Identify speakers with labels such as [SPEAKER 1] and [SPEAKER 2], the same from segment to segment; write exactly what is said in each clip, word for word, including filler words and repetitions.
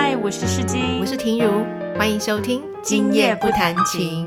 [SPEAKER 1] 嗨，我是世金，
[SPEAKER 2] 我是婷如，欢迎收听今夜不弹琴。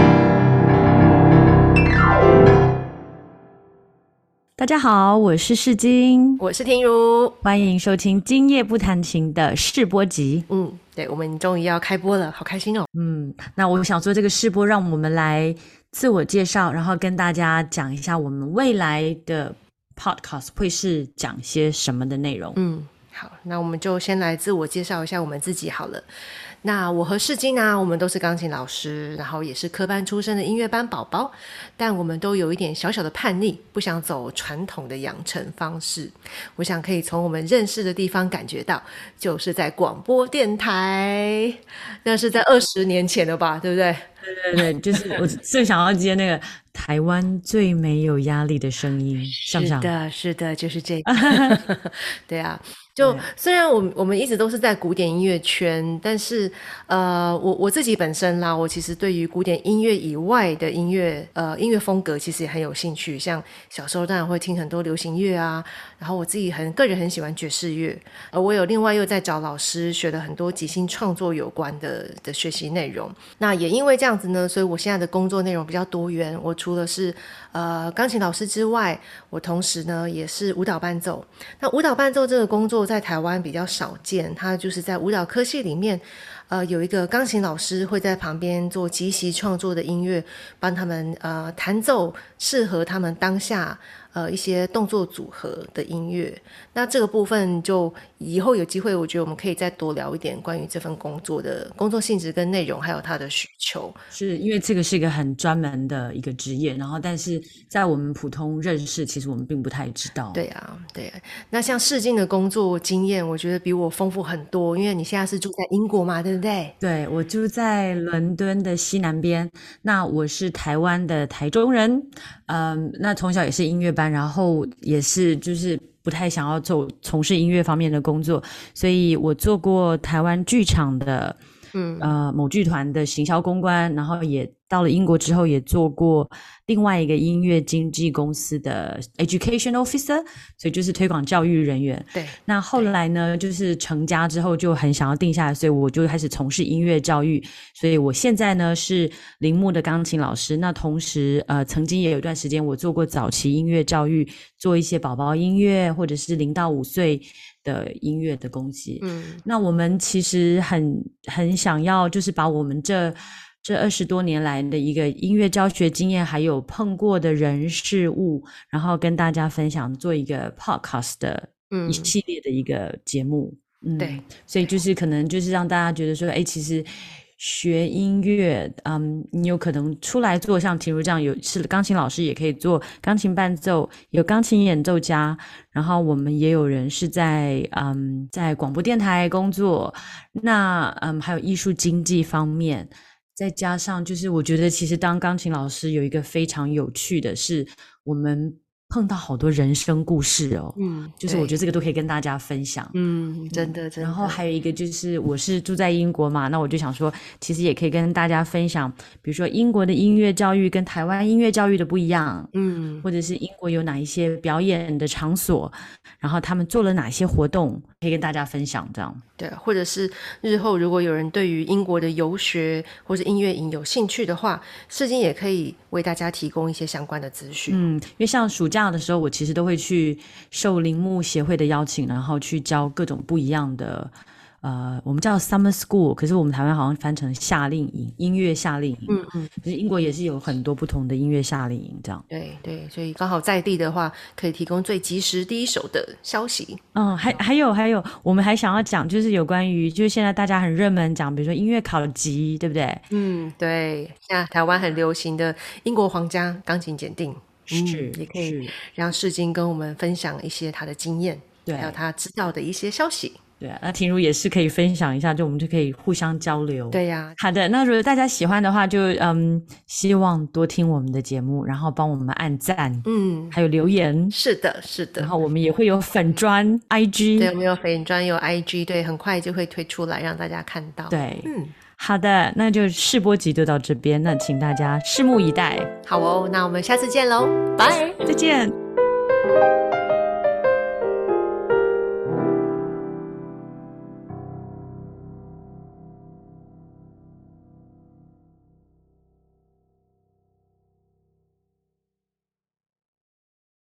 [SPEAKER 1] 大家好，我是世金，
[SPEAKER 2] 我是婷如，
[SPEAKER 1] 欢迎收听今夜不弹琴的试播集。
[SPEAKER 2] 嗯，对，我们终于要开播了，好开心哦。
[SPEAKER 1] 嗯，那我想说这个试播让我们来自我介绍，然后跟大家讲一下我们未来的 podcast 会是讲些什么的内容。
[SPEAKER 2] 嗯，好，那我们就先来自我介绍一下我们自己好了。那我和世金啊，我们都是钢琴老师，然后也是科班出身的音乐班宝宝，但我们都有一点小小的叛逆，不想走传统的养成方式。我想可以从我们认识的地方感觉到，就是在广播电台，那是在二十年前了吧，对不对？
[SPEAKER 1] 对对对，就是我最想要接那个台湾最没有压力的声音，像不像？
[SPEAKER 2] 是的，是的，就是这个。对啊，就虽然我们我们一直都是在古典音乐圈，但是呃，我我自己本身啦，我其实对于古典音乐以外的音乐呃音乐风格其实也很有兴趣。像小时候当然会听很多流行乐啊，然后我自己很个人很喜欢爵士乐，而我有另外又在找老师学了很多即兴创作有关的的学习内容。那也因为这样子呢，所以我现在的工作内容比较多元。我除了是呃钢琴老师之外，我同时呢也是舞蹈伴奏。那舞蹈伴奏这个工作在台湾比较少见，它就是在舞蹈科系里面呃，有一个钢琴老师会在旁边做即席创作的音乐，帮他们呃弹奏适合他们当下呃一些动作组合的音乐。那这个部分就以后有机会，我觉得我们可以再多聊一点关于这份工作的工作性质跟内容，还有它的需求。
[SPEAKER 1] 是因为这个是一个很专门的一个职业，然后但是在我们普通认识，其实我们并不太知道。
[SPEAKER 2] 对啊，对啊。那像世金的工作经验，我觉得比我丰富很多，因为你现在是住在英国嘛，对不对？
[SPEAKER 1] 对，我住在伦敦的西南边，那我是台湾的台中人，嗯，那从小也是音乐班，然后也是就是不太想要做从事音乐方面的工作，所以我做过台湾剧场的嗯呃某剧团的行销公关，然后也到了英国之后也做过另外一个音乐经纪公司的 education officer， 所以就是推广教育人员。
[SPEAKER 2] 对，
[SPEAKER 1] 那后来呢就是成家之后就很想要定下来，所以我就开始从事音乐教育，所以我现在呢是铃木的钢琴老师。那同时呃曾经也有一段时间我做过早期音乐教育，做一些宝宝音乐或者是零到五岁的音乐的东西。嗯，那我们其实很很想要就是把我们这这二十多年来的一个音乐教学经验，还有碰过的人事物，然后跟大家分享，做一个 podcast 的一系列的一个节目。嗯，
[SPEAKER 2] 对，
[SPEAKER 1] 所以就是可能就是让大家觉得说，哎，其实学音乐，嗯，你有可能出来做像婷如这样有是钢琴老师，也可以做钢琴伴奏，有钢琴演奏家，然后我们也有人是在嗯在广播电台工作，那嗯还有艺术经济方面。再加上就是我觉得其实当钢琴老师有一个非常有趣的是，我们碰到好多人生故事哦，嗯，就是我觉得这个都可以跟大家分享，
[SPEAKER 2] 嗯，真的真的。
[SPEAKER 1] 然后还有一个就是我是住在英国嘛，那我就想说其实也可以跟大家分享，比如说英国的音乐教育跟台湾音乐教育的不一样，嗯，或者是英国有哪一些表演的场所，然后他们做了哪些活动，可以跟大家分享这样。
[SPEAKER 2] 对，或者是日后如果有人对于英国的游学或者音乐营有兴趣的话，世金也可以为大家提供一些相关的资讯。
[SPEAKER 1] 嗯，因为像暑假的时候我其实都会去受铃木协会的邀请，然后去教各种不一样的呃，我们叫 summer school， 可是我们台湾好像翻成夏令营，音乐夏令营。嗯嗯，可是英国也是有很多不同的音乐夏令营这样。
[SPEAKER 2] 对对，所以刚好在地的话，可以提供最及时第一手的消息。
[SPEAKER 1] 嗯，还还有还有，我们还想要讲，就是有关于，就是现在大家很热门讲，比如说音乐考级，对不对？
[SPEAKER 2] 嗯，对，现在台湾很流行的英国皇家钢琴检定，
[SPEAKER 1] 是、
[SPEAKER 2] 嗯、也可以让世金跟我们分享一些他的经验，
[SPEAKER 1] 对，
[SPEAKER 2] 还有他知道的一些消息。
[SPEAKER 1] 对啊，那婷如也是可以分享一下，就我们就可以互相交流。
[SPEAKER 2] 对呀、啊，
[SPEAKER 1] 好的，那如果大家喜欢的话就，就嗯，希望多听我们的节目，然后帮我们按赞，嗯，还有留言。
[SPEAKER 2] 是的，是的。
[SPEAKER 1] 然后我们也会有粉专 I G，
[SPEAKER 2] 对，我们有粉专有 I G， 对，很快就会推出来让大家看到。
[SPEAKER 1] 对，嗯，好的，那就试播集就到这边，那请大家拭目以待。
[SPEAKER 2] 好哦，那我们下次见喽，拜，
[SPEAKER 1] 再见。